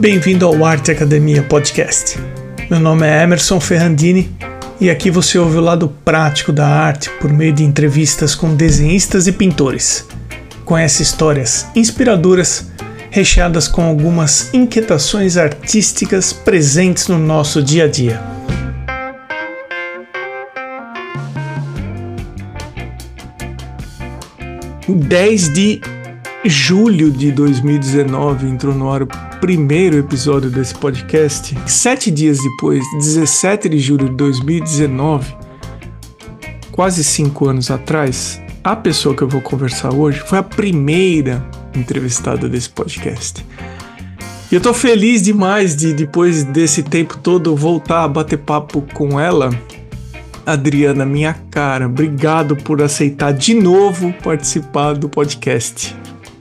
Bem-vindo ao Arte Academia Podcast. Meu nome é Emerson Ferrandini e aqui você ouve o lado prático da arte por meio de entrevistas com desenhistas e pintores. Conhece histórias inspiradoras, recheadas com algumas inquietações artísticas presentes no nosso dia a dia. Em 10 de julho de 2019 entrou no ar o primeiro episódio desse podcast. 7 dias depois, 17 de julho de 2019, quase 5 anos atrás, a pessoa que eu vou conversar hoje foi a primeira entrevistada desse podcast. E eu tô feliz demais de, depois desse tempo todo, voltar a bater papo com ela. Adriana, minha cara, obrigado por aceitar de novo participar do podcast.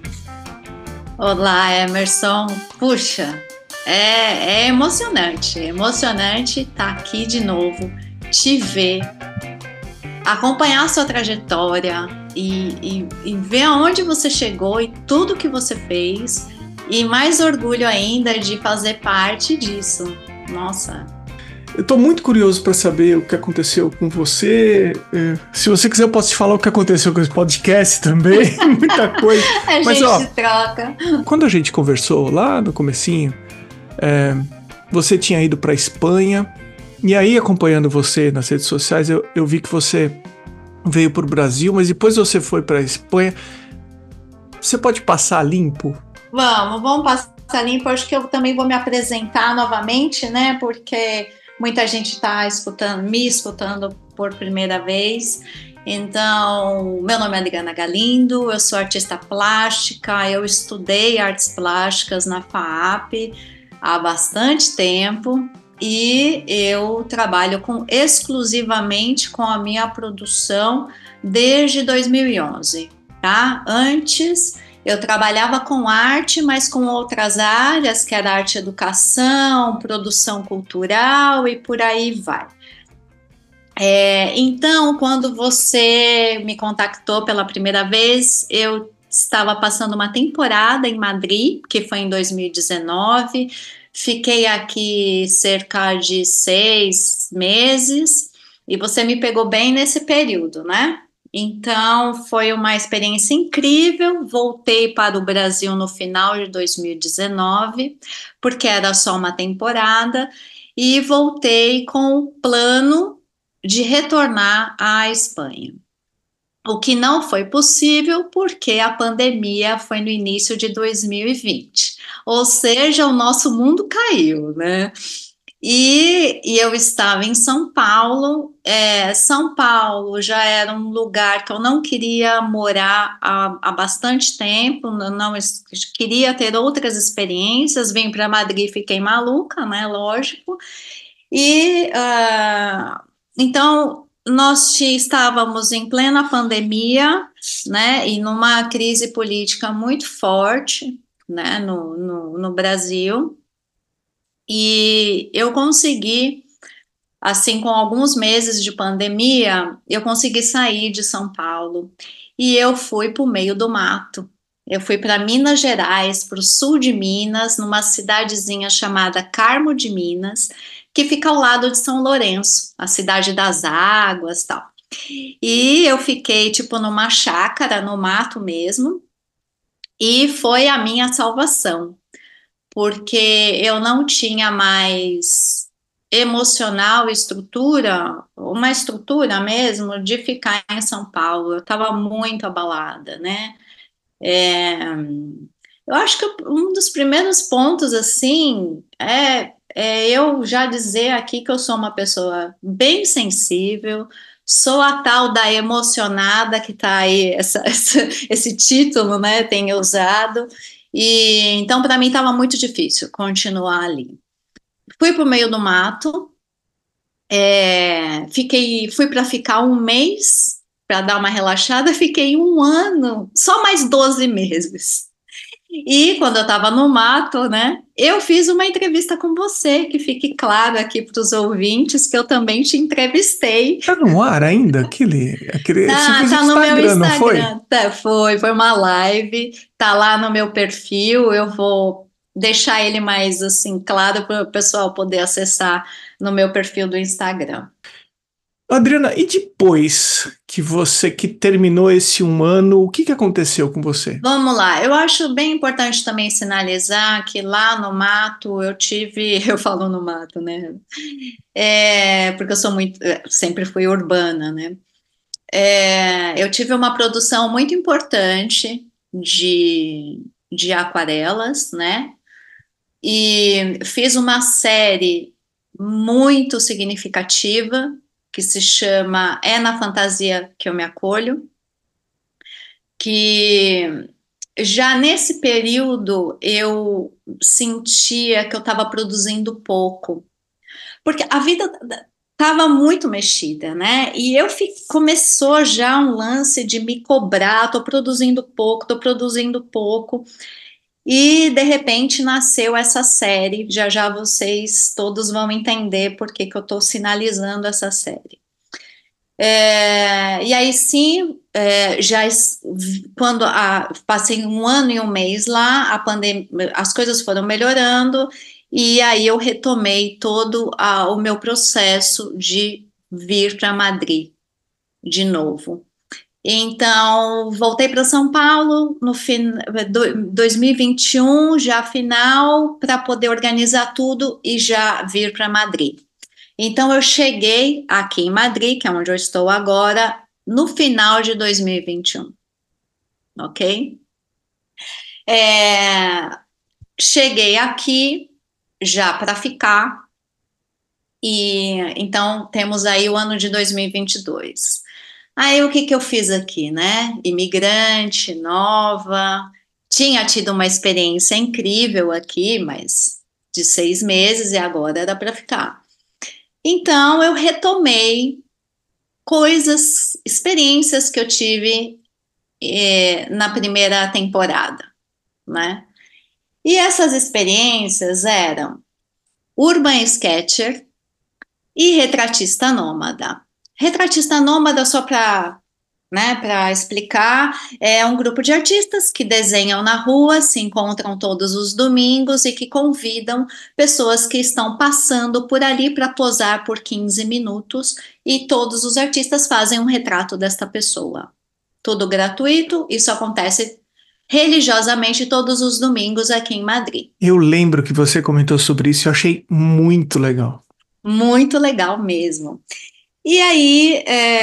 Olá, Emerson. Puxa, é emocionante estar aqui de novo, te ver, acompanhar a sua trajetória e ver aonde você chegou e tudo que você fez, e mais orgulho ainda de fazer parte disso. Nossa. Eu estou muito curioso para saber o que aconteceu com você. Se você quiser, eu posso te falar o que aconteceu com esse podcast também. Muita coisa. Mas, gente troca. Quando a gente conversou lá no comecinho, você tinha ido para a Espanha. E aí, acompanhando você nas redes sociais, eu vi que você veio para o Brasil, mas depois você foi para a Espanha. Você pode passar limpo? Vamos passar limpo. Acho que eu também vou me apresentar novamente, né? Porque muita gente está me escutando por primeira vez. Então, meu nome é Adriana Galindo, eu sou artista plástica, eu estudei artes plásticas na FAAP há bastante tempo e eu trabalho exclusivamente com a minha produção desde 2011, tá? Antes eu trabalhava com arte, mas com outras áreas, que era arte e educação, produção cultural e por aí vai. Então, quando você me contactou pela primeira vez, eu estava passando uma temporada em Madrid, que foi em 2019. Fiquei aqui cerca de 6 meses e você me pegou bem nesse período, né? Então, foi uma experiência incrível. Voltei para o Brasil no final de 2019, porque era só uma temporada, e voltei com o plano de retornar à Espanha. O que não foi possível porque a pandemia foi no início de 2020. Ou seja, o nosso mundo caiu, né? E eu estava em São Paulo. São Paulo já era um lugar que eu não queria morar há bastante tempo, não queria ter outras experiências. Vim para Madrid, fiquei maluca, né? Lógico. Então, nós estávamos em plena pandemia, né? E numa crise política muito forte, né? No Brasil. E eu consegui, assim, com alguns meses de pandemia, eu consegui sair de São Paulo e eu fui para o meio do mato. Eu fui para Minas Gerais, para o sul de Minas, numa cidadezinha chamada Carmo de Minas, que fica ao lado de São Lourenço, a cidade das águas e tal. E eu fiquei, tipo, numa chácara, no mato mesmo, e foi a minha salvação, porque eu não tinha mais emocional, uma estrutura mesmo de ficar em São Paulo. Eu estava muito abalada, né? Eu acho que um dos primeiros pontos, assim, é eu já dizer aqui que eu sou uma pessoa bem sensível, sou a tal da emocionada que está aí, esse título, né, tem usado. E então, para mim, estava muito difícil continuar ali. Fui para o meio do mato, fui para ficar um mês, para dar uma relaxada, fiquei 1 ano, só mais 12 meses. E quando eu estava no mato, né, eu fiz uma entrevista com você, que fique claro aqui para os ouvintes que eu também te entrevistei. Tá no ar ainda? Você fez tá no meu Instagram, não foi? Foi uma live, tá lá no meu perfil, eu vou deixar ele mais assim claro para o pessoal poder acessar no meu perfil do Instagram. Adriana, e depois que terminou esse um ano, o que aconteceu com você? Vamos lá, eu acho bem importante também sinalizar que lá no mato eu tive, eu falo no mato, né? Porque eu sou muito, sempre fui urbana, né? Eu tive uma produção muito importante de aquarelas, né? E fiz uma série muito significativa que se chama É na Fantasia que eu me acolho, que já nesse período eu sentia que eu estava produzindo pouco, porque a vida estava muito mexida, né? E começou já um lance de me cobrar, tô produzindo pouco. E de repente nasceu essa série. Já já vocês todos vão entender por que que eu estou sinalizando essa série. E aí sim, quando passei um ano e um mês lá, as coisas foram melhorando e aí eu retomei todo o meu processo de vir para Madrid de novo. Então, voltei para São Paulo no 2021, já final, para poder organizar tudo e já vir para Madrid. Então, eu cheguei aqui em Madrid, que é onde eu estou agora, no final de 2021, ok? Cheguei aqui já para ficar, e então temos aí o ano de 2022. Aí o que que eu fiz aqui, né? Imigrante, nova, tinha tido uma experiência incrível aqui, mas de 6 meses e agora era para ficar. Então eu retomei coisas, experiências que eu tive na primeira temporada, né? E essas experiências eram Urban Sketcher e Retratista Nômada. Retratista Nômada, só para para explicar, é um grupo de artistas que desenham na rua, se encontram todos os domingos e que convidam pessoas que estão passando por ali para posar por 15 minutos e todos os artistas fazem um retrato desta pessoa. Tudo gratuito, isso acontece religiosamente todos os domingos aqui em Madrid. Eu lembro que você comentou sobre isso e eu achei muito legal. Muito legal mesmo. E aí,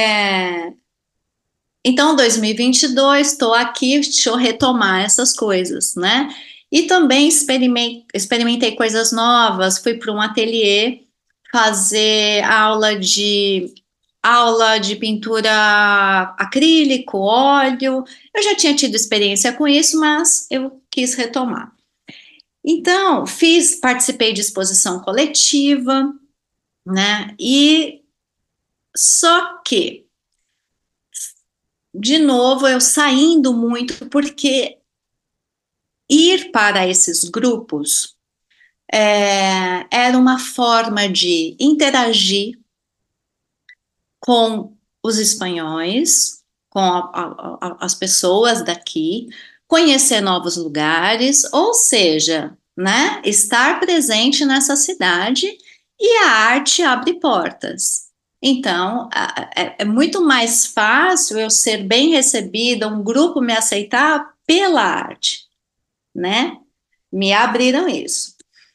então, 2022, estou aqui, deixa eu retomar essas coisas, né? E também experimentei coisas novas, fui para um ateliê fazer aula de pintura acrílico, óleo. Eu já tinha tido experiência com isso, mas eu quis retomar. Então, participei de exposição coletiva, né? E só que de novo, eu saindo muito, porque ir para esses grupos era uma forma de interagir com os espanhóis, com as pessoas daqui, conhecer novos lugares, ou seja, né, estar presente nessa cidade e a arte abre portas. Então, é muito mais fácil eu ser bem recebida, um grupo me aceitar pela arte, né? Me abriram isso.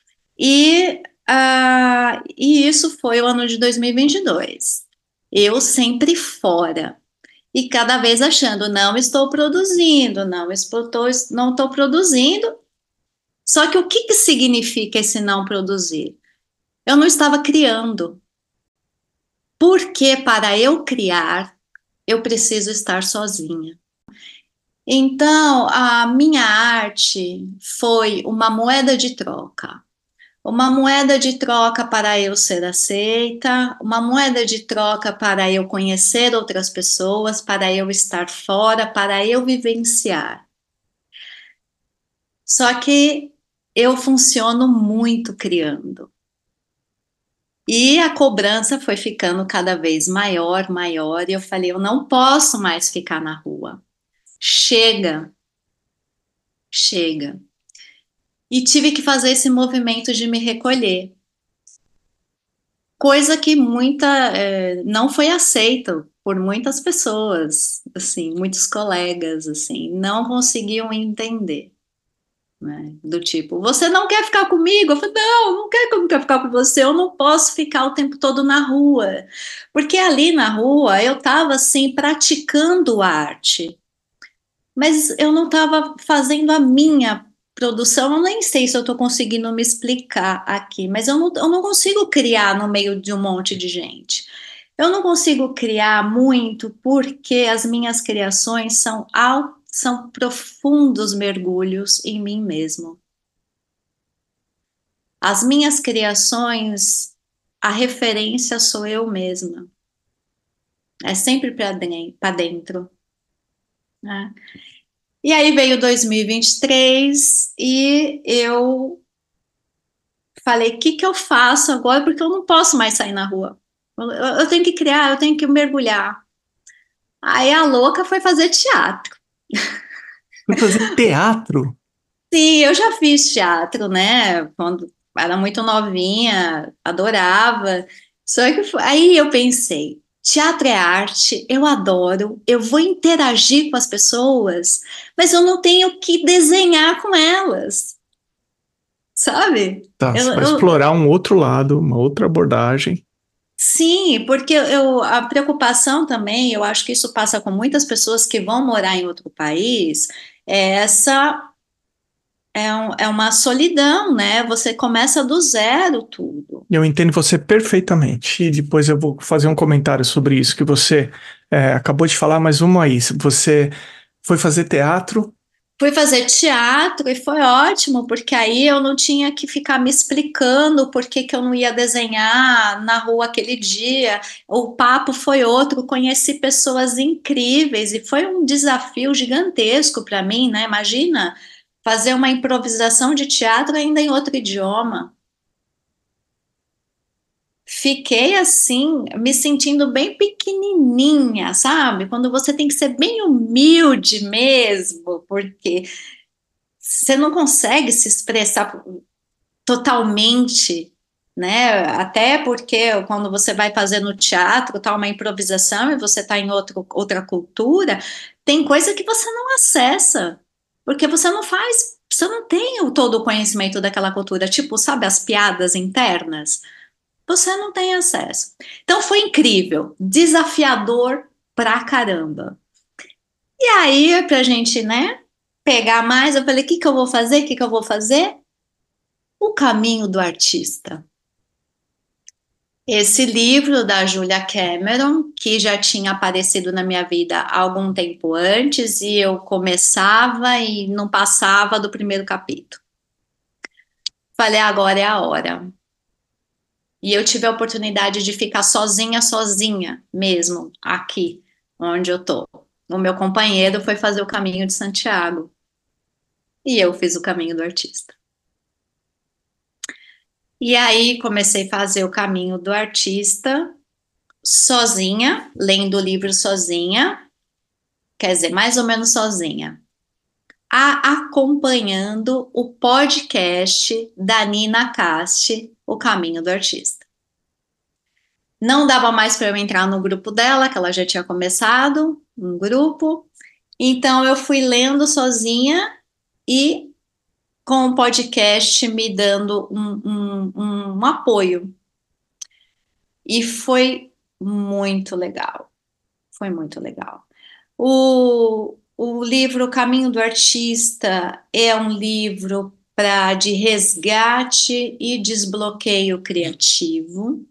E isso foi o ano de 2022. Eu sempre fora. E cada vez achando, não estou produzindo, não estou produzindo. Só que o que que significa esse não produzir? Eu não estava criando. Porque para eu criar, eu preciso estar sozinha. Então, a minha arte foi uma moeda de troca. Uma moeda de troca para eu ser aceita, uma moeda de troca para eu conhecer outras pessoas, para eu estar fora, para eu vivenciar. Só que eu funciono muito criando. E a cobrança foi ficando cada vez maior, maior, e eu falei, eu não posso mais ficar na rua. Chega, chega. e tive que fazer esse movimento de me recolher. Coisa que não foi aceita por muitas pessoas, assim, muitos colegas, assim, não conseguiam entender, né? Do tipo, você não quer ficar comigo? Eu falei, não quero que eu não quero ficar com você, eu não posso ficar o tempo todo na rua. Porque ali na rua eu estava, assim, praticando arte, mas eu não estava fazendo a minha produção. Eu nem sei se eu estou conseguindo me explicar aqui, mas eu não consigo criar no meio de um monte de gente. Eu não consigo criar muito porque as minhas criações são profundos mergulhos em mim mesmo. As minhas criações, a referência sou eu mesma. É sempre para dentro, né? E aí veio 2023 e eu falei, o que que eu faço agora? Porque eu não posso mais sair na rua. Eu tenho que criar, eu tenho que mergulhar. Aí a louca foi fazer teatro. Foi fazer teatro? Sim, eu já fiz teatro, né? Quando era muito novinha, adorava. Aí eu pensei, teatro é arte, eu adoro, eu vou interagir com as pessoas, mas eu não tenho que desenhar com elas, sabe? Tá, você vai explorar um outro lado, uma outra abordagem. Sim, porque a preocupação também, eu acho que isso passa com muitas pessoas que vão morar em outro país, essa é uma solidão, né? Você começa do zero tudo. Eu entendo você perfeitamente. E depois eu vou fazer um comentário sobre isso que você acabou de falar, mas vamos aí. Você foi fazer teatro. Fui fazer teatro e foi ótimo, porque aí eu não tinha que ficar me explicando por que que eu não ia desenhar na rua aquele dia. O papo foi outro, conheci pessoas incríveis e foi um desafio gigantesco para mim, né? Imagina fazer uma improvisação de teatro ainda em outro idioma. Fiquei assim, me sentindo bem pequenininha, sabe? Quando você tem que ser bem humilde mesmo, porque você não consegue se expressar totalmente, né? Até porque quando você vai fazer no teatro, tá uma improvisação e você tá em outra cultura, tem coisa que você não acessa, porque você não faz, você não tem todo o conhecimento daquela cultura, tipo, sabe, as piadas internas, você não tem acesso. Então foi incrível, desafiador pra caramba. E aí, pra gente, né, pegar mais, eu falei, o que que eu vou fazer? O que que eu vou fazer? O Caminho do Artista. Esse livro da Julia Cameron, que já tinha aparecido na minha vida há algum tempo antes, e eu começava e não passava do primeiro capítulo. Falei, agora é a hora. E eu tive a oportunidade de ficar sozinha mesmo, aqui, onde eu tô. O meu companheiro foi fazer o Caminho de Santiago. E eu fiz o Caminho do Artista. E aí comecei a fazer o Caminho do Artista sozinha, lendo o livro sozinha, quer dizer, mais ou menos sozinha, acompanhando o podcast da Nina Cast, O Caminho do Artista. Não dava mais para eu entrar no grupo dela, que ela já tinha começado um grupo, então eu fui lendo sozinha e com o podcast me dando um apoio. E foi muito legal. Foi muito legal. O livro Caminho do Artista é um livro de resgate e desbloqueio criativo.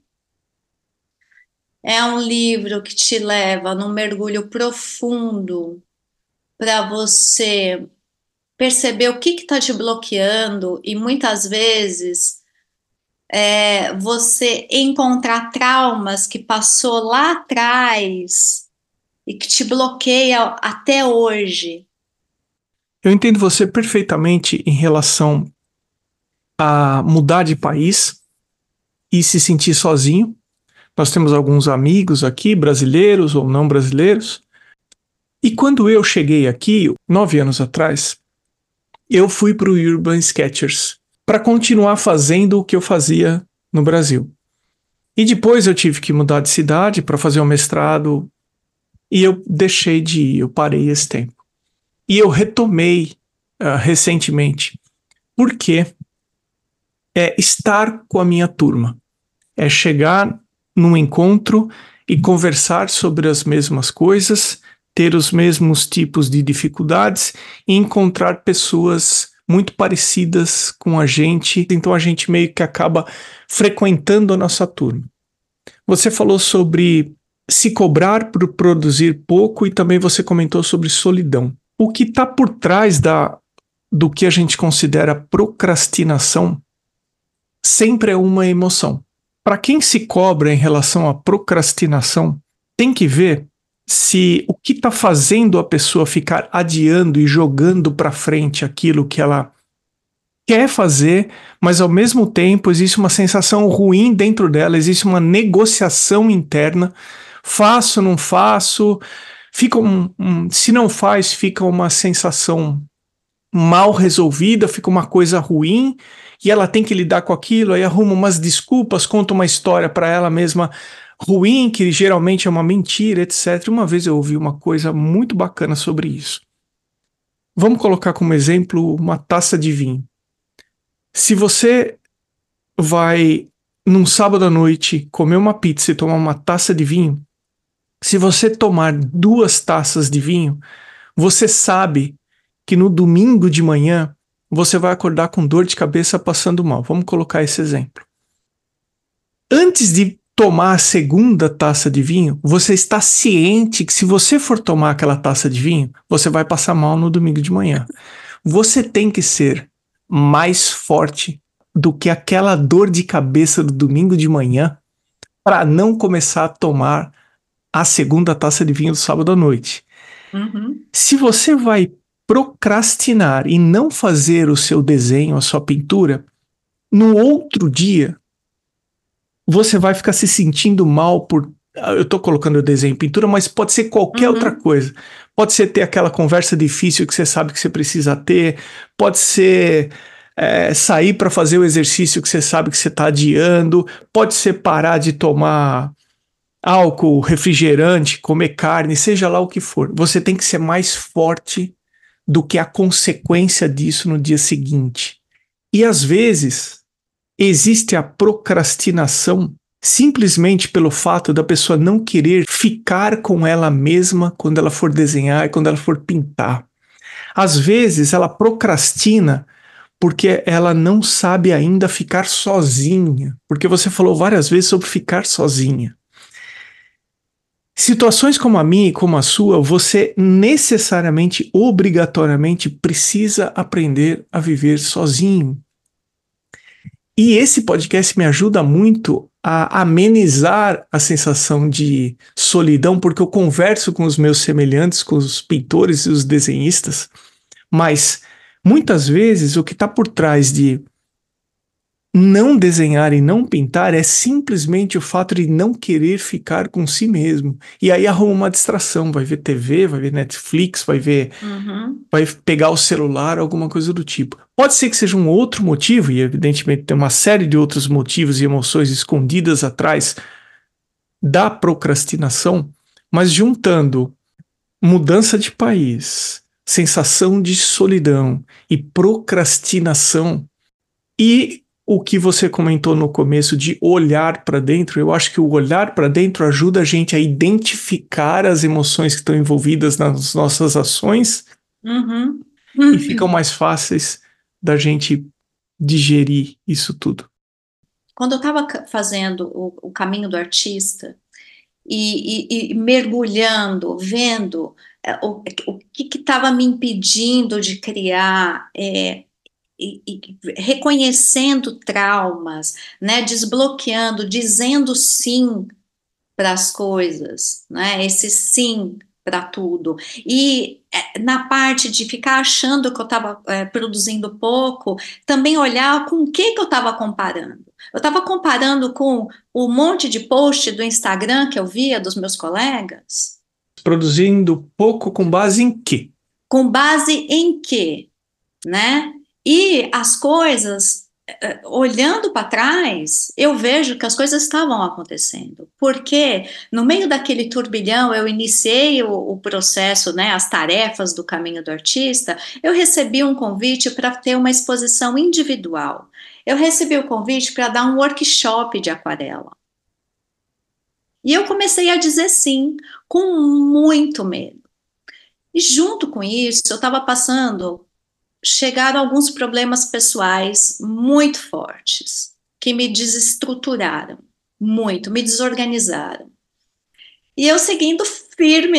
É um livro que te leva num mergulho profundo para você perceber o que está te bloqueando e muitas vezes você encontrar traumas que passou lá atrás e que te bloqueia até hoje. Eu entendo você perfeitamente em relação a mudar de país e se sentir sozinho. Nós temos alguns amigos aqui, brasileiros ou não brasileiros. E quando eu cheguei aqui, 9 anos atrás, eu fui para o Urban Sketchers para continuar fazendo o que eu fazia no Brasil. E depois eu tive que mudar de cidade para fazer o mestrado e eu deixei de ir, eu parei esse tempo. E eu retomei recentemente, porque é estar com a minha turma, é chegar num encontro e conversar sobre as mesmas coisas, ter os mesmos tipos de dificuldades e encontrar pessoas muito parecidas com a gente, então a gente meio que acaba frequentando a nossa turma. Você falou sobre se cobrar por produzir pouco e também você comentou sobre solidão. O que está por trás do que a gente considera procrastinação sempre é uma emoção. Para quem se cobra em relação à procrastinação, tem que ver se o que está fazendo a pessoa ficar adiando e jogando para frente aquilo que ela quer fazer, mas ao mesmo tempo existe uma sensação ruim dentro dela, existe uma negociação interna, faço, não faço, fica se não faz, fica uma sensação mal resolvida, fica uma coisa ruim, e ela tem que lidar com aquilo, aí arruma umas desculpas, conta uma história para ela mesma ruim, que geralmente é uma mentira, etc. Uma vez eu ouvi uma coisa muito bacana sobre isso. Vamos colocar como exemplo uma taça de vinho. Se você vai num sábado à noite comer uma pizza e tomar uma taça de vinho, se você tomar 2 taças de vinho, você sabe que no domingo de manhã você vai acordar com dor de cabeça passando mal. Vamos colocar esse exemplo. Antes de tomar a segunda taça de vinho, você está ciente que se você for tomar aquela taça de vinho, você vai passar mal no domingo de manhã. Você tem que ser mais forte do que aquela dor de cabeça do domingo de manhã para não começar a tomar a segunda taça de vinho do sábado à noite. Uhum. Se você vai procrastinar e não fazer o seu desenho, a sua pintura, no outro dia, você vai ficar se sentindo mal por... Eu estou colocando o desenho em pintura, mas pode ser qualquer outra coisa. Pode ser ter aquela conversa difícil que você sabe que você precisa ter, pode ser sair para fazer o exercício que você sabe que você está adiando, pode ser parar de tomar álcool, refrigerante, comer carne, seja lá o que for. Você tem que ser mais forte do que a consequência disso no dia seguinte. E às vezes existe a procrastinação simplesmente pelo fato da pessoa não querer ficar com ela mesma quando ela for desenhar e quando ela for pintar. Às vezes ela procrastina porque ela não sabe ainda ficar sozinha, porque você falou várias vezes sobre ficar sozinha. Situações como a minha e como a sua, você necessariamente, obrigatoriamente precisa aprender a viver sozinho. E esse podcast me ajuda muito a amenizar a sensação de solidão, porque eu converso com os meus semelhantes, com os pintores e os desenhistas, mas muitas vezes o que está por trás de não desenhar e não pintar é simplesmente o fato de não querer ficar com si mesmo. E aí arruma uma distração, vai ver TV, vai ver Netflix, vai pegar o celular, alguma coisa do tipo. Pode ser que seja um outro motivo, e evidentemente tem uma série de outros motivos e emoções escondidas atrás da procrastinação, mas juntando mudança de país, sensação de solidão e procrastinação e o que você comentou no começo de olhar para dentro, eu acho que o olhar para dentro ajuda a gente a identificar as emoções que estão envolvidas nas nossas ações e ficam mais fáceis da gente digerir isso tudo. Quando eu estava fazendo o caminho do artista e mergulhando, vendo o que estava me impedindo de criar, e reconhecendo traumas, né, desbloqueando, dizendo sim para as coisas, né, esse sim para tudo. E na parte de ficar achando que eu estava produzindo pouco, também olhar com o que eu estava comparando. Eu estava comparando com o monte de post do Instagram que eu via dos meus colegas. Produzindo pouco com base em quê? Com base em quê? né? E as coisas, olhando para trás, eu vejo que as coisas estavam acontecendo, porque no meio daquele turbilhão, eu iniciei o processo, né, as tarefas do Caminho do Artista, eu recebi um convite para ter uma exposição individual. Eu recebi o convite para dar um workshop de aquarela. E eu comecei a dizer sim, com muito medo. E junto com isso, eu estava passando, chegaram alguns problemas pessoais muito fortes, que me desestruturaram muito, me desorganizaram. E eu seguindo firme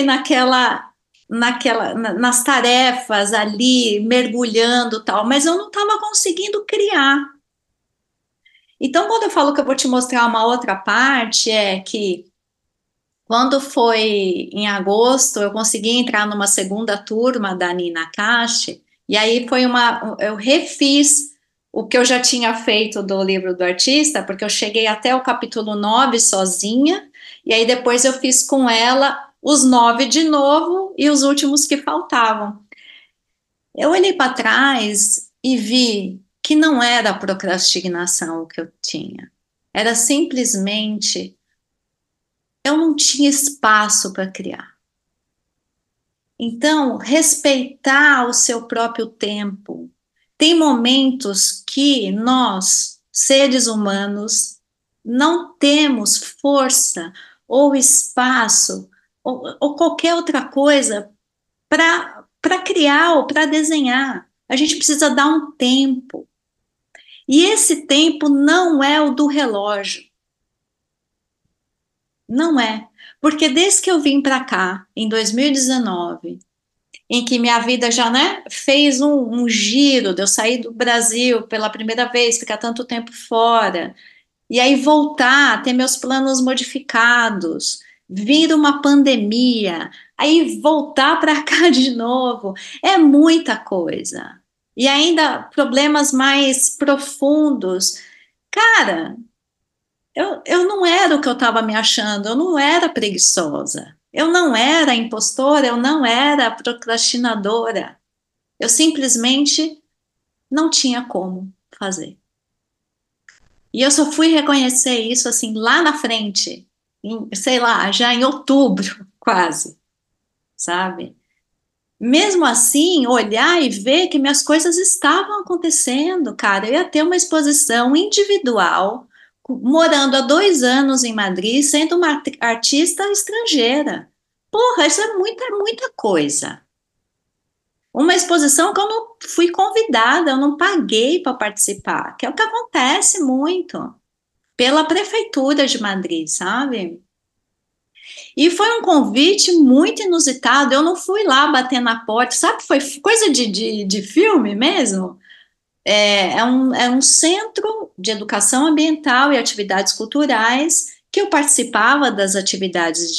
nas tarefas ali, mergulhando tal, mas eu não estava conseguindo criar. Então, quando eu falo que eu vou te mostrar uma outra parte, é que quando foi em agosto, eu consegui entrar numa segunda turma da Nina Cash, e aí eu refiz o que eu já tinha feito do livro do artista, porque eu cheguei até o capítulo 9 sozinha, e aí depois eu fiz com ela os 9 de novo e os últimos que faltavam. Eu olhei para trás e vi que não era procrastinação o que eu tinha, era simplesmente eu não tinha espaço para criar. Então, respeitar o seu próprio tempo. Tem momentos que nós, seres humanos, não temos força ou espaço ou qualquer outra coisa para criar ou para desenhar. A gente precisa dar um tempo. E esse tempo não é o do relógio. Não é. Porque desde que eu vim para cá, em 2019, em que minha vida já, né, fez um giro, de eu sair do Brasil pela primeira vez, ficar tanto tempo fora, e aí voltar, ter meus planos modificados, vir uma pandemia, aí voltar para cá de novo, é muita coisa. E ainda problemas mais profundos. Cara, eu não era o que eu estava me achando, eu não era preguiçosa, eu não era impostora, eu não era procrastinadora. Eu simplesmente não tinha como fazer. E eu só fui reconhecer isso assim lá na frente, sei lá, já em outubro, quase, sabe? Mesmo assim, olhar e ver que minhas coisas estavam acontecendo, cara. Eu ia ter uma exposição individual, morando há 2 anos em Madrid, sendo uma artista estrangeira. Porra, isso é muita, muita coisa. Uma exposição que eu não fui convidada, eu não paguei para participar, que é o que acontece muito pela prefeitura de Madrid, sabe? E foi um convite muito inusitado. Eu não fui lá bater na porta, sabe? Foi coisa de filme mesmo. É um centro de educação ambiental e atividades culturais que eu participava das atividades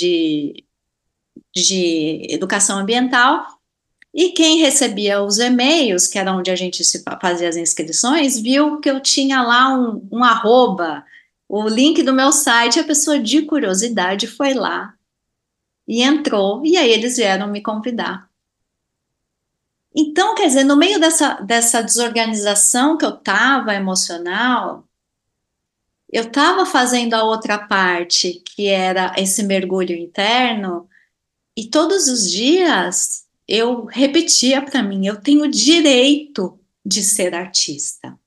de educação ambiental. E quem recebia os e-mails, que era onde a gente fazia as inscrições, viu que eu tinha lá um arroba, o link do meu site, a pessoa de curiosidade foi lá e entrou, e aí eles vieram me convidar. Então, quer dizer, no meio dessa desorganização que eu estava emocional, eu estava fazendo a outra parte, que era esse mergulho interno, e todos os dias eu repetia para mim: eu tenho direito de ser artista.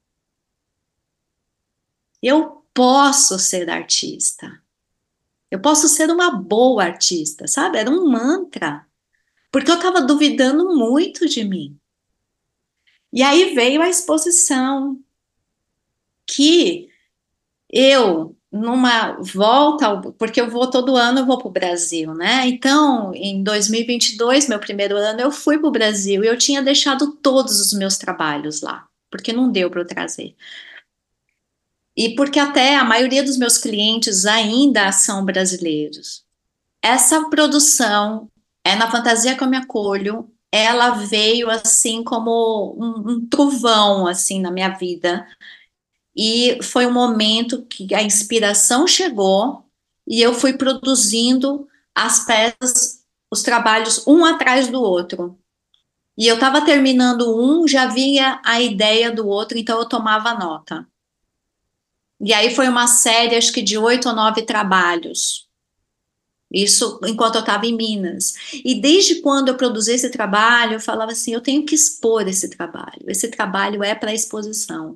Eu posso ser artista. Eu posso ser uma boa artista, sabe? Era um mantra, porque eu estava duvidando muito de mim. E aí veio a exposição, que eu, numa volta, porque eu vou todo ano, eu vou para o Brasil, né? Então, em 2022, meu primeiro ano, eu fui para o Brasil e eu tinha deixado todos os meus trabalhos lá, porque não deu para eu trazer. E porque até a maioria dos meus clientes ainda são brasileiros. Essa produção é na Fantasia que eu me acolho, ela veio assim como um trovão assim na minha vida. E foi um momento que a inspiração chegou e eu fui produzindo as peças, os trabalhos um atrás do outro. E eu estava terminando um, já vinha a ideia do outro, então eu tomava nota. E aí foi uma série, acho que de 8 ou 9 trabalhos. Isso enquanto eu estava em Minas. E desde quando eu produzi esse trabalho, eu falava assim: eu tenho que expor esse trabalho. Esse trabalho é para exposição.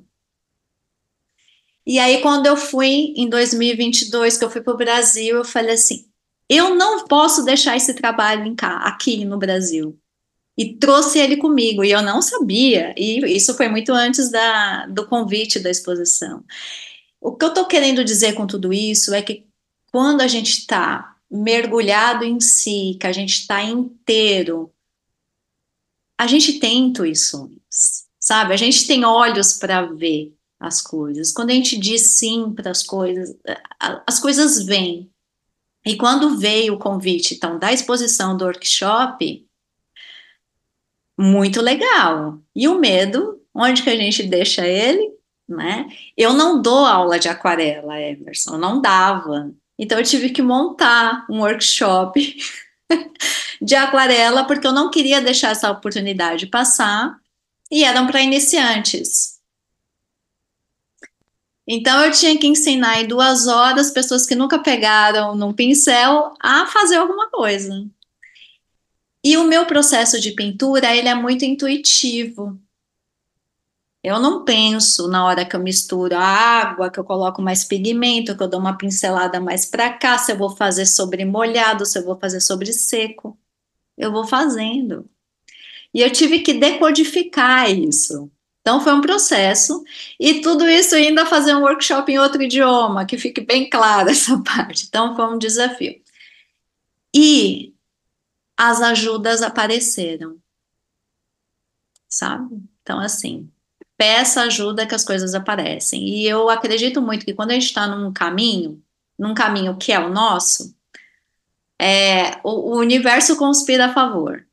E aí, quando eu fui em 2022, que eu fui para o Brasil, eu falei assim: eu não posso deixar esse trabalho aqui no Brasil. E trouxe ele comigo, e eu não sabia, e isso foi muito antes do convite da exposição. O que eu estou querendo dizer com tudo isso é que quando a gente está mergulhado em si, que a gente está inteiro, a gente tem intuições, sabe? A gente tem olhos para ver as coisas. Quando a gente diz sim para as coisas, as coisas vêm. E quando veio o convite, então, da exposição do workshop, muito legal. E o medo, onde que a gente deixa ele, né? Eu não dou aula de aquarela, Emerson, eu não dava. Então eu tive que montar um workshop de aquarela porque eu não queria deixar essa oportunidade passar e eram para iniciantes. Então eu tinha que ensinar em 2 horas pessoas que nunca pegaram num pincel a fazer alguma coisa. E o meu processo de pintura, ele é muito intuitivo. Eu não penso na hora que eu misturo a água, que eu coloco mais pigmento, que eu dou uma pincelada mais para cá, se eu vou fazer sobre molhado, se eu vou fazer sobre seco. Eu vou fazendo. E eu tive que decodificar isso. Então foi um processo, e tudo isso ainda fazer um workshop em outro idioma, que fique bem clara essa parte. Então foi um desafio. E as ajudas apareceram, sabe? Então, assim, peça ajuda que as coisas aparecem. E eu acredito muito que quando a gente está num caminho que é o nosso, o universo conspira a favor,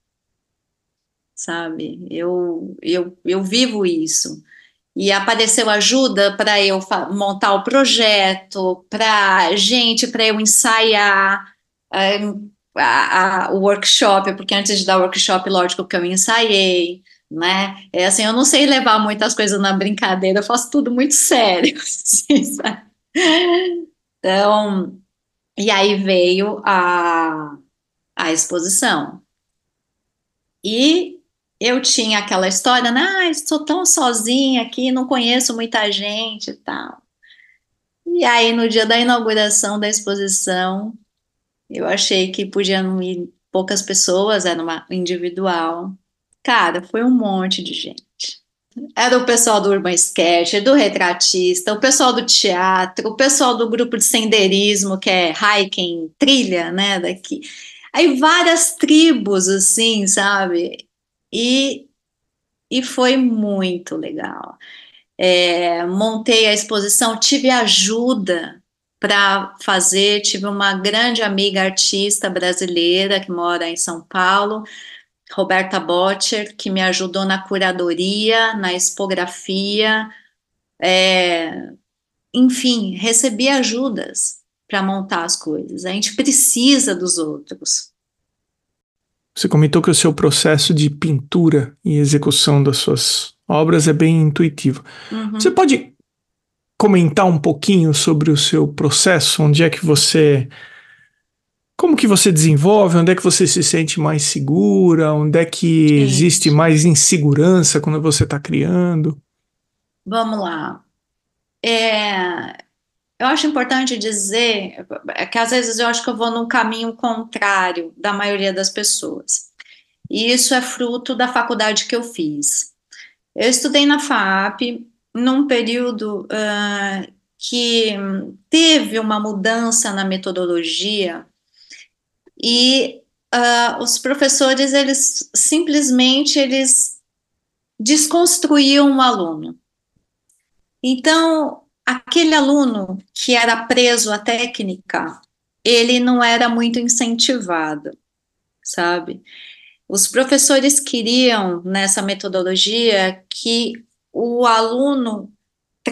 sabe? Eu vivo isso. E apareceu ajuda para eu montar o projeto, para gente, para eu ensaiar eh, o workshop, porque antes de dar o workshop, lógico que eu ensaiei, né? É assim, eu não sei levar muitas coisas na brincadeira, eu faço tudo muito sério, assim, sabe? Então, e aí veio a exposição. E eu tinha aquela história, né? Ah, estou tão sozinha aqui, não conheço muita gente e tal. E aí, no dia da inauguração da exposição, eu achei que podiam ir poucas pessoas, era uma individual. Cara, foi um monte de gente. Era o pessoal do Urban Sketcher, do Retratista, o pessoal do teatro, o pessoal do grupo de senderismo, que é hiking, trilha, né, daqui. Aí várias tribos, assim, sabe? E, e foi muito legal. Montei a exposição, tive ajuda para fazer, tive uma grande amiga artista brasileira que mora em São Paulo, Roberta Bottcher, que me ajudou na curadoria, na expografia, enfim, recebi ajudas para montar as coisas. A gente precisa dos outros. Você comentou que o seu processo de pintura e execução das suas obras é bem intuitivo. Você Uhum. pode comentar um pouquinho sobre o seu processo? Onde é que você. Como que você desenvolve? Onde é que você se sente mais segura? Onde é que existe Gente, mais insegurança quando você está criando? vamos lá. Eu acho importante dizer que às vezes eu acho que eu vou num caminho contrário da maioria das pessoas. E isso é fruto da faculdade que eu fiz. Eu estudei na FAP num período que teve uma mudança na metodologia e os professores eles simplesmente eles desconstruíam o aluno. Então, aquele aluno que era preso à técnica, ele não era muito incentivado, sabe? Os professores queriam, nessa metodologia, que o aluno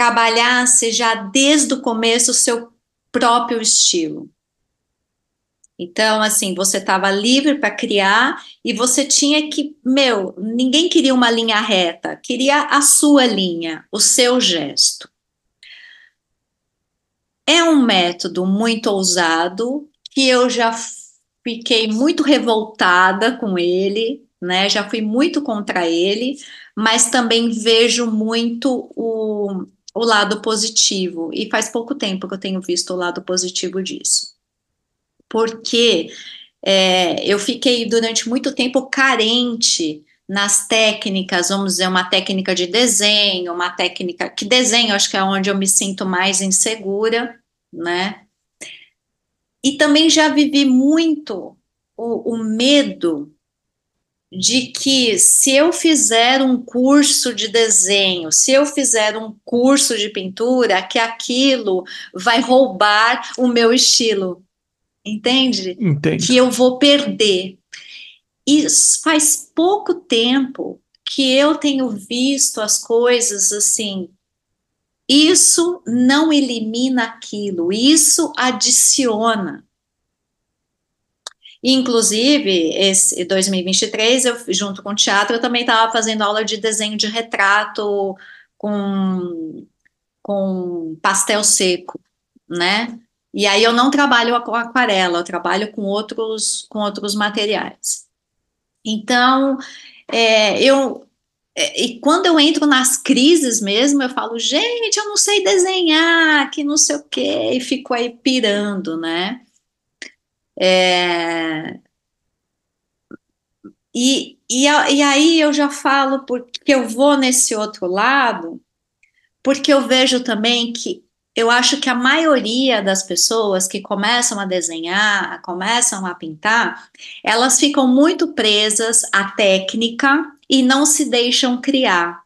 trabalhasse já desde o começo o seu próprio estilo. Então, assim, você estava livre para criar e você tinha que, ninguém queria uma linha reta, queria a sua linha, o seu gesto. É um método muito ousado que eu já fiquei muito revoltada com ele, né? Já fui muito contra ele, mas também vejo muito o lado positivo. E faz pouco tempo que eu tenho visto o lado positivo disso. Porque eu fiquei durante muito tempo carente nas técnicas, vamos dizer, uma técnica de desenho, uma técnica que desenho, acho que é onde eu me sinto mais insegura, né? E também já vivi muito o medo de que se eu fizer um curso de desenho, se eu fizer um curso de pintura, que aquilo vai roubar o meu estilo, entende? Entendo. Que eu vou perder. E faz pouco tempo que eu tenho visto as coisas assim. Isso não elimina aquilo, isso adiciona. Inclusive, esse 2023, eu, junto com o teatro, eu também estava fazendo aula de desenho de retrato com, com pastel seco, né? E aí eu não trabalho com aquarela, eu trabalho com outros materiais. Então, e quando eu entro nas crises mesmo, eu falo, gente, eu não sei desenhar, que não sei o quê, e fico aí pirando, né? É, e aí eu já falo porque eu vou nesse outro lado, porque eu vejo também que eu acho que a maioria das pessoas que começam a desenhar, começam a pintar, elas ficam muito presas à técnica e não se deixam criar.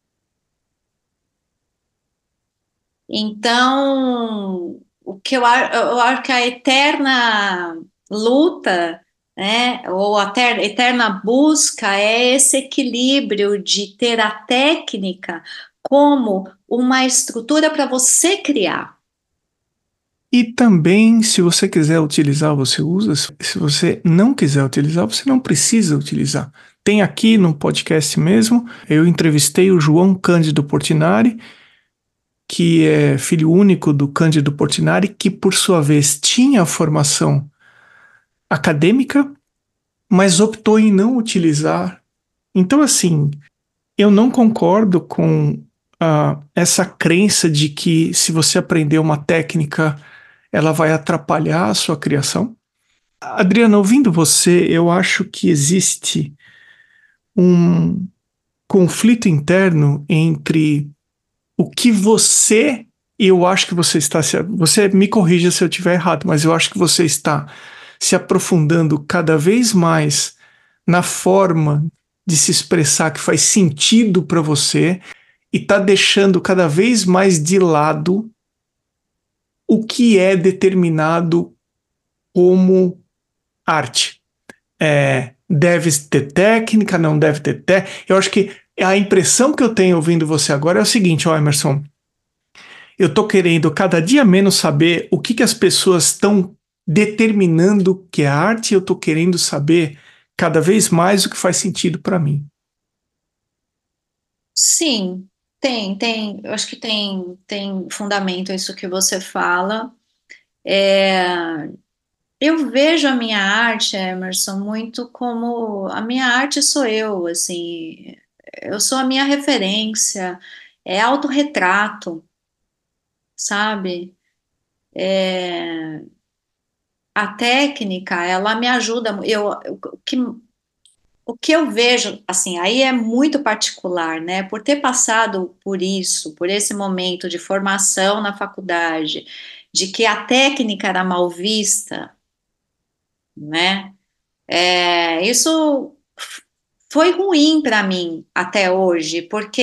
Então, eu acho que a eterna luta, né, ou a eterna busca é esse equilíbrio de ter a técnica como uma estrutura para você criar. E também, se você quiser utilizar, você usa. Se você não quiser utilizar, você não precisa utilizar. Tem aqui no podcast mesmo, eu entrevistei o João Cândido Portinari, que é filho único do Cândido Portinari, que por sua vez tinha formação acadêmica, mas optou em não utilizar. Então, assim, eu não concordo com essa crença de que se você aprender uma técnica, ela vai atrapalhar a sua criação. Adriana, ouvindo você, eu acho que existe um conflito interno entre o que você, e eu acho que você está se, você me corrija se eu estiver errado, mas eu acho que você está se aprofundando cada vez mais na forma de se expressar que faz sentido para você e está deixando cada vez mais de lado o que é determinado como arte. Deve ter técnica, não deve ter técnica. Eu acho que a impressão que eu tenho ouvindo você agora é o seguinte, ó, Emerson, eu tô querendo cada dia menos saber o que as pessoas estão determinando que é arte, e eu tô querendo saber cada vez mais o que faz sentido para mim. Sim, eu acho que tem fundamento isso que você fala. É, eu vejo a minha arte, Emerson, muito como a minha arte sou eu, assim, eu sou a minha referência, é autorretrato, sabe? A técnica, ela me ajuda, o que eu vejo, assim, aí é muito particular, né? Por ter passado por isso, por esse momento de formação na faculdade, de que a técnica era mal vista, né? Isso foi ruim para mim até hoje, porque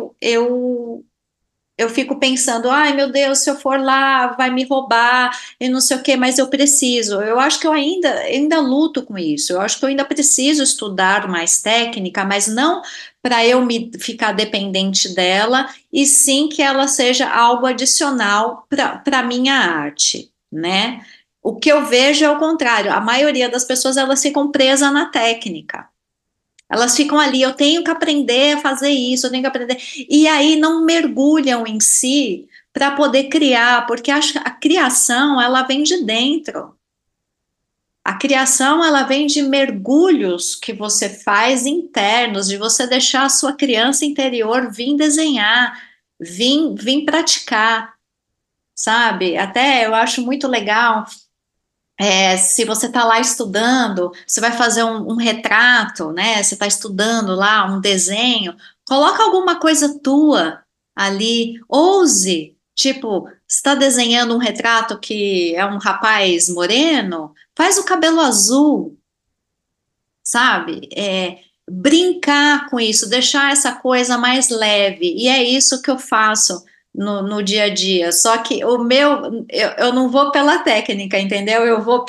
eu fico pensando, ai meu Deus, se eu for lá, vai me roubar e não sei o quê, mas eu preciso. Eu acho que eu ainda luto com isso. Eu acho que eu ainda preciso estudar mais técnica, mas não para eu me ficar dependente dela, e sim que ela seja algo adicional para a minha arte, né? O que eu vejo é o contrário. A maioria das pessoas, elas ficam presas na técnica. Elas ficam ali, eu tenho que aprender a fazer isso, eu tenho que aprender. E aí não mergulham em si para poder criar, porque a criação, ela vem de dentro. A criação, ela vem de mergulhos que você faz internos, de você deixar a sua criança interior vir desenhar, vir praticar, sabe? Até eu acho muito legal, se você está lá estudando, você vai fazer um retrato, né? Você está estudando lá um desenho, coloca alguma coisa tua ali, ouse. Tipo, você está desenhando um retrato que é um rapaz moreno, faz o cabelo azul, sabe? Brincar com isso, deixar essa coisa mais leve. E é isso que eu faço no dia a dia. Só que o meu, eu não vou pela técnica, entendeu? Eu vou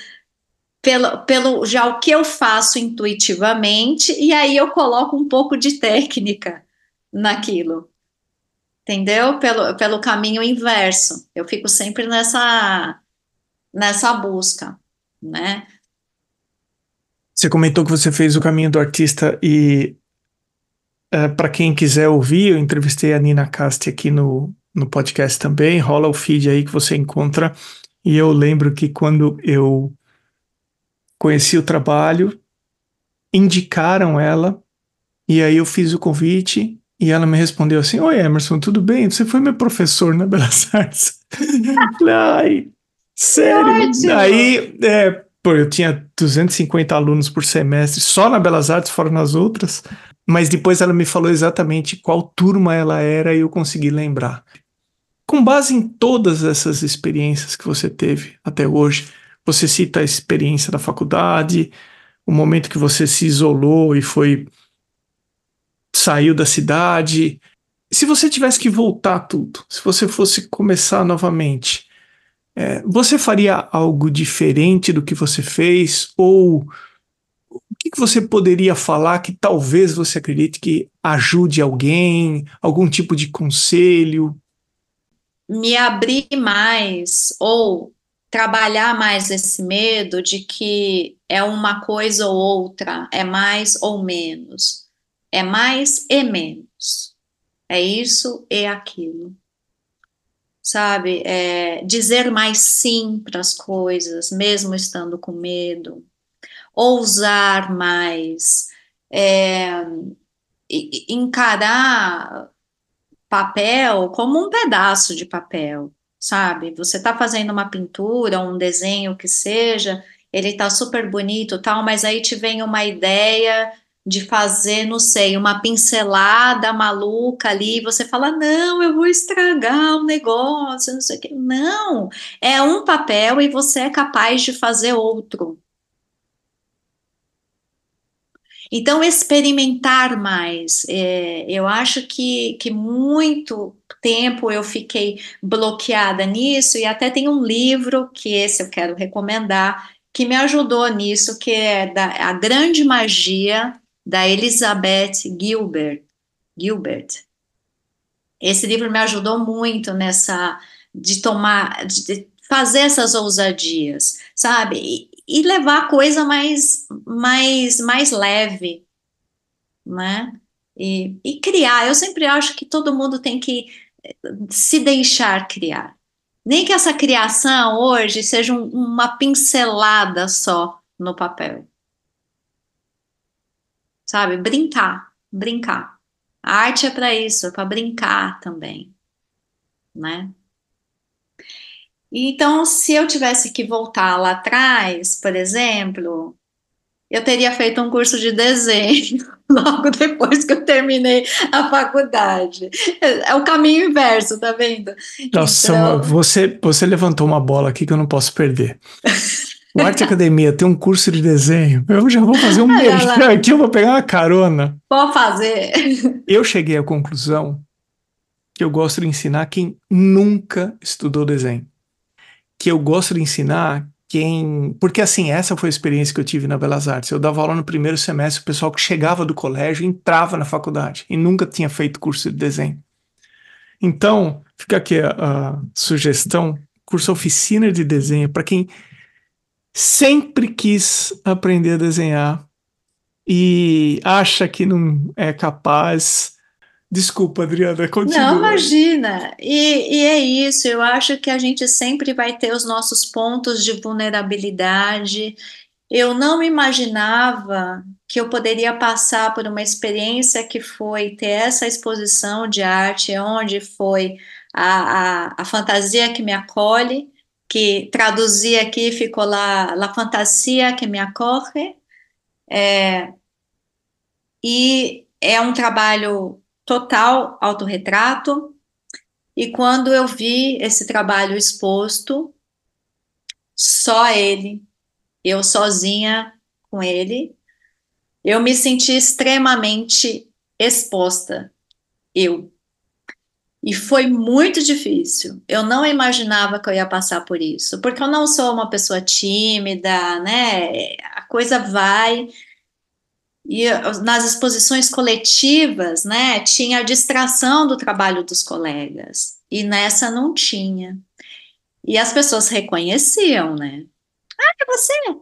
pelo já o que eu faço intuitivamente, e aí eu coloco um pouco de técnica naquilo, entendeu? Pelo caminho inverso. Eu fico sempre nessa busca, né? Você comentou que você fez o caminho do artista e para quem quiser ouvir, eu entrevistei a Nina Casti aqui no podcast também. Rola o feed aí que você encontra. E eu lembro que quando eu conheci o trabalho, indicaram ela, e aí eu fiz o convite, e ela me respondeu assim: Oi, Emerson, tudo bem? Você foi meu professor na Belas Artes. Falei, ai, sério? Ótimo! Aí, pô, eu tinha 250 alunos por semestre, só na Belas Artes, fora nas outras. Mas depois ela me falou exatamente qual turma ela era e eu consegui lembrar. Com base em todas essas experiências que você teve até hoje, você cita a experiência da faculdade, o momento que você se isolou e saiu da cidade. Se você tivesse que voltar tudo, se você fosse começar novamente, você faria algo diferente do que você fez? Ou o que você poderia falar que talvez você acredite que ajude alguém, algum tipo de conselho? Me abrir mais ou trabalhar mais esse medo de que é uma coisa ou outra, é mais ou menos, é mais e menos, é isso e aquilo, sabe? Dizer mais sim para as coisas, mesmo estando com medo, ousar mais, é, encarar papel como um pedaço de papel, sabe? Você está fazendo uma pintura, um desenho que seja, ele está super bonito, tal, mas aí te vem uma ideia de fazer, não sei, uma pincelada maluca ali, e você fala, não, eu vou estragar o negócio, não sei o quê. Não, é um papel e você é capaz de fazer outro. Então, experimentar mais. Eu acho que muito tempo eu fiquei bloqueada nisso, e até tem um livro, que esse eu quero recomendar, que me ajudou nisso, que é A Grande Magia, da Elizabeth Gilbert. Esse livro me ajudou muito de fazer essas ousadias, sabe? E levar a coisa mais leve, né? E criar. Eu sempre acho que todo mundo tem que se deixar criar. Nem que essa criação hoje seja uma pincelada só no papel, sabe? Brincar. A arte é para isso, é para brincar também, né? Então, se eu tivesse que voltar lá atrás, por exemplo, eu teria feito um curso de desenho logo depois que eu terminei a faculdade. É o caminho inverso, tá vendo? Nossa, Então, você levantou uma bola aqui que eu não posso perder. O Arte Academia tem um curso de desenho. Eu já vou fazer um olha merchan lá, aqui, eu vou pegar uma carona. pode fazer. Eu cheguei à conclusão que eu gosto de ensinar quem nunca estudou desenho. Que eu gosto de ensinar quem. Porque, assim, essa foi a experiência que eu tive na Belas Artes. Eu dava aula no primeiro semestre, o pessoal que chegava do colégio entrava na faculdade e nunca tinha feito curso de desenho. Então, fica aqui a sugestão curso Oficina de Desenho, para quem sempre quis aprender a desenhar e acha que não é capaz. Desculpa, Adriana, Não, continua aí. imagina. E é isso, eu acho que a gente sempre vai ter os nossos pontos de vulnerabilidade. Eu não imaginava que eu poderia passar por uma experiência que foi ter essa exposição de arte, onde foi a fantasia que me acolhe, que traduzi aqui ficou lá, La Fantasia que me acolhe, e é um trabalho total autorretrato. E quando eu vi esse trabalho exposto, só ele, eu sozinha com ele, eu me senti extremamente exposta, eu. E foi muito difícil. Eu não imaginava que eu ia passar por isso, porque eu não sou uma pessoa tímida, né? A coisa vai. E nas exposições coletivas, né, tinha a distração do trabalho dos colegas, e nessa não tinha. E as pessoas reconheciam, né? É você.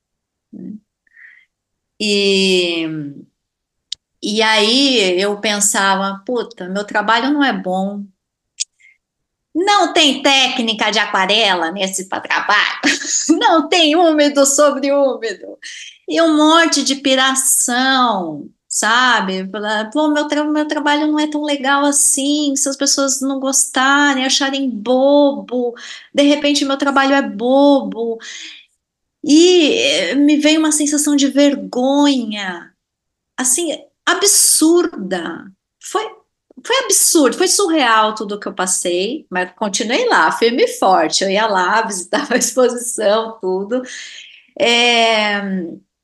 E, e aí eu pensava, puta, meu trabalho não é bom. Não tem técnica de aquarela nesse trabalho. Não tem úmido sobre úmido. E um monte de piração, sabe? Pô, meu trabalho não é tão legal assim. Se as pessoas não gostarem, acharem bobo, de repente meu trabalho é bobo. E me veio uma sensação de vergonha, assim, absurda. Foi absurdo, foi surreal tudo que eu passei, mas continuei lá, firme e forte. Eu ia lá, visitava a exposição, tudo. É,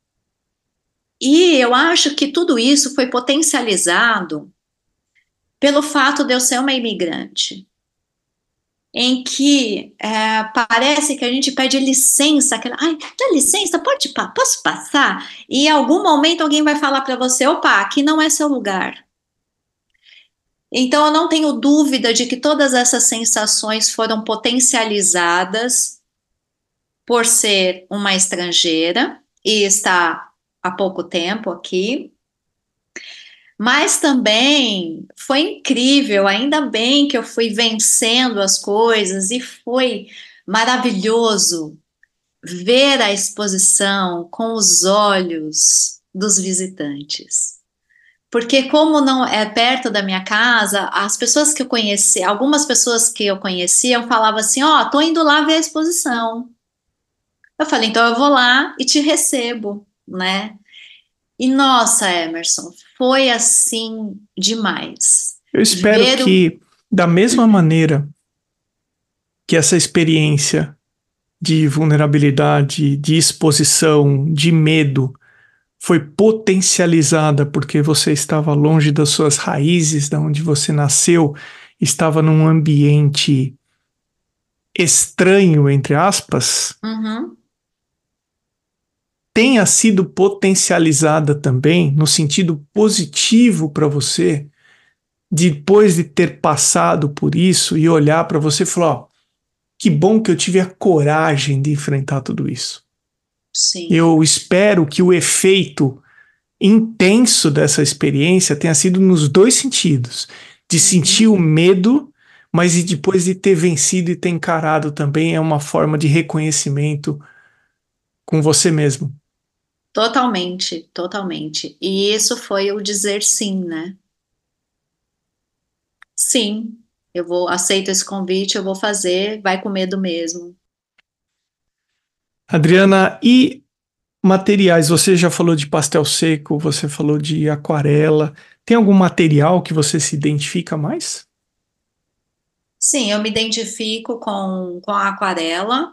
e eu acho que tudo isso foi potencializado pelo fato de eu ser uma imigrante, em que parece que a gente pede licença, aquela, ai, dá licença, posso passar? E em algum momento alguém vai falar para você, opa, aqui não é seu lugar. Então eu não tenho dúvida de que todas essas sensações foram potencializadas por ser uma estrangeira e estar há pouco tempo aqui. Mas também foi incrível, ainda bem que eu fui vencendo as coisas e foi maravilhoso ver a exposição com os olhos dos visitantes. Porque como não é perto da minha casa, as pessoas que eu conheci, algumas pessoas que eu conhecia falavam assim, ó, tô indo lá ver a exposição. Eu falei, então eu vou lá e te recebo, né? E nossa, Emerson, foi assim demais. Eu espero Ver o. que, da mesma maneira que essa experiência de vulnerabilidade, de exposição, de medo foi potencializada porque você estava longe das suas raízes, da onde você nasceu, estava num ambiente estranho, entre aspas, Uhum, tenha sido potencializada também no sentido positivo para você, depois de ter passado por isso e olhar para você e falar: ó, que bom que eu tive a coragem de enfrentar tudo isso. sim. Eu espero que o efeito intenso dessa experiência tenha sido nos dois sentidos, de sentir Uhum. o medo, mas e depois de ter vencido e ter encarado também é uma forma de reconhecimento com você mesmo. Totalmente, totalmente. E isso foi o dizer sim, né? Sim, aceito esse convite, eu vou fazer, vai com medo mesmo. Adriana, e materiais? Você já falou de pastel seco, você falou de aquarela. Tem algum material que você se identifica mais? Sim, eu me identifico com a aquarela.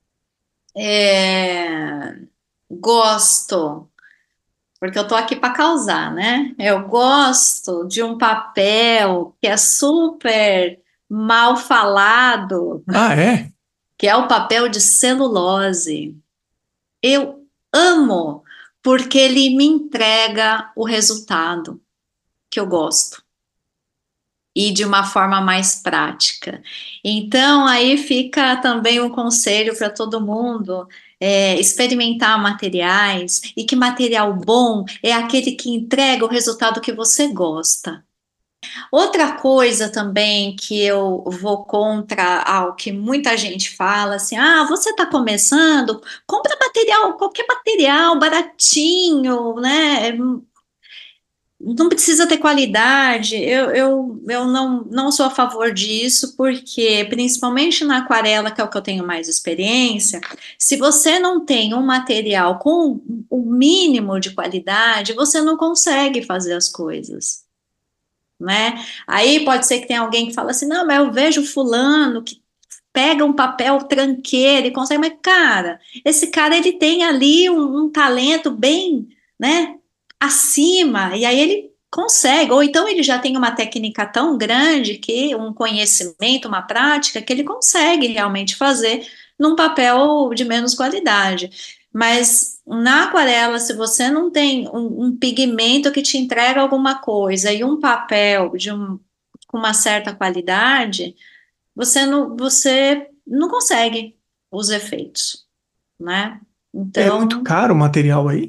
É, gosto, porque eu tô aqui para causar, né? Eu gosto de um papel que é super mal falado, Ah, é? que é o papel de celulose. Eu amo, porque ele me entrega o resultado que eu gosto. e de uma forma mais prática. Então, aí fica também um conselho para todo mundo, experimentar materiais, e que material bom é aquele que entrega o resultado que você gosta. Outra coisa também que eu vou contra ao que muita gente fala, assim, você está começando, compra material, qualquer material baratinho, né? Não precisa ter qualidade. Eu não sou a favor disso, porque, principalmente na aquarela, que é o que eu tenho mais experiência, se você não tem um material com o mínimo de qualidade, você não consegue fazer as coisas, né? Aí pode ser que tenha alguém que fala assim, não, mas eu vejo fulano que pega um papel tranqueiro e consegue, mas cara, esse cara ele tem ali um talento bem, né, acima, e aí ele consegue, ou então ele já tem uma técnica tão grande, que um conhecimento, uma prática, que ele consegue realmente fazer num papel de menos qualidade. Mas na aquarela, se você não tem um pigmento que te entrega alguma coisa e um papel com uma certa qualidade, você não consegue os efeitos, né? É muito Então, caro o material aí?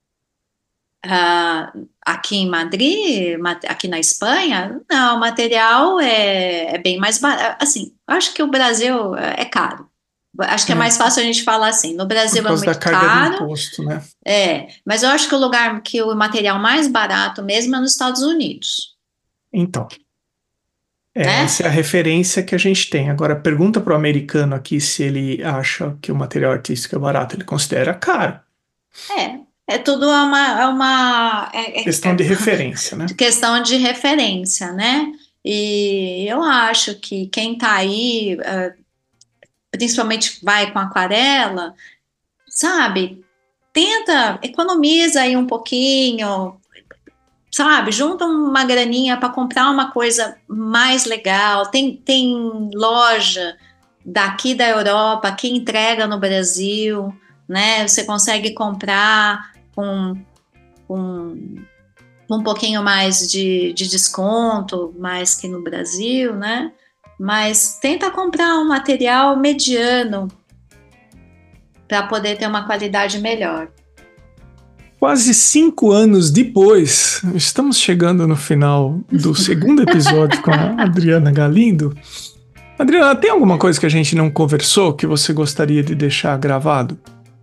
aqui em Madrid, aqui na Espanha, não, o material é bem mais barato. Assim, acho que o Brasil é caro. Acho que é É, mais fácil a gente falar assim. No por Brasil é causa da muito carga de caro, imposto, né? mas eu acho que o lugar que o material mais barato mesmo é nos Estados Unidos, Então, né? essa é a referência que a gente tem. Agora, pergunta para o americano aqui se ele acha que o material artístico é barato. Ele considera caro. É tudo Questão de referência, né? questão de referência, né? E eu acho que quem está aí, principalmente vai com aquarela, sabe? Tenta, economiza aí um pouquinho, sabe? Junta uma graninha para comprar uma coisa mais legal. Tem loja daqui da Europa que entrega no Brasil, né? Você consegue comprar com um pouquinho mais de desconto, mais que no Brasil, né? Mas tenta comprar um material mediano para poder ter uma qualidade melhor. Quase 5 anos depois, estamos chegando no final do segundo episódio com a Adriana Galindo. Adriana, tem alguma coisa que a gente não conversou que você gostaria de deixar gravado?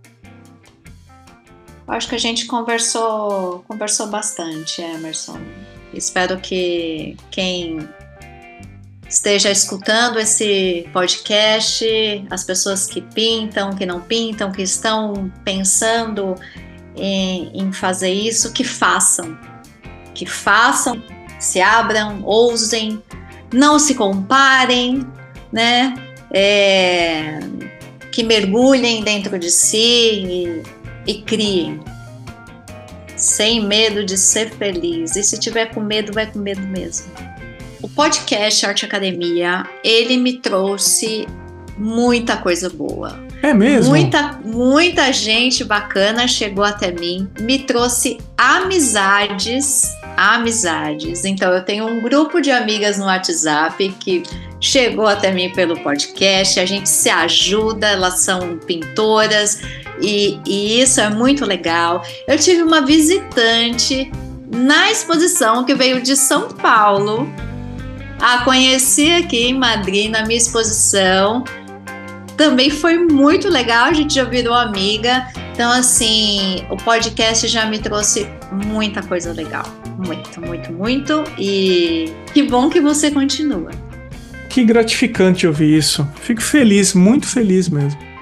Acho que a gente conversou bastante, Emerson. Espero que quem esteja escutando esse podcast, as pessoas que pintam, que não pintam, que estão pensando em fazer isso, que façam, se abram, ousem, não se comparem, né? Que mergulhem dentro de si e criem, sem medo de ser feliz. E se tiver com medo, vai com medo mesmo. O podcast Arte Academia, ele me trouxe muita coisa boa. É mesmo? Muita gente bacana chegou até mim, me trouxe amizades. Então eu tenho um grupo de amigas no WhatsApp que chegou até mim pelo podcast, a gente se ajuda, elas são pintoras e isso é muito legal. Eu tive uma visitante na exposição que veio de São Paulo, a conheci aqui em Madrid na minha exposição. Também foi muito legal, a gente já virou amiga. Então, assim, o podcast já me trouxe muita coisa legal. Muito. E que bom que você continua. Que gratificante ouvir isso. Fico feliz, muito feliz mesmo.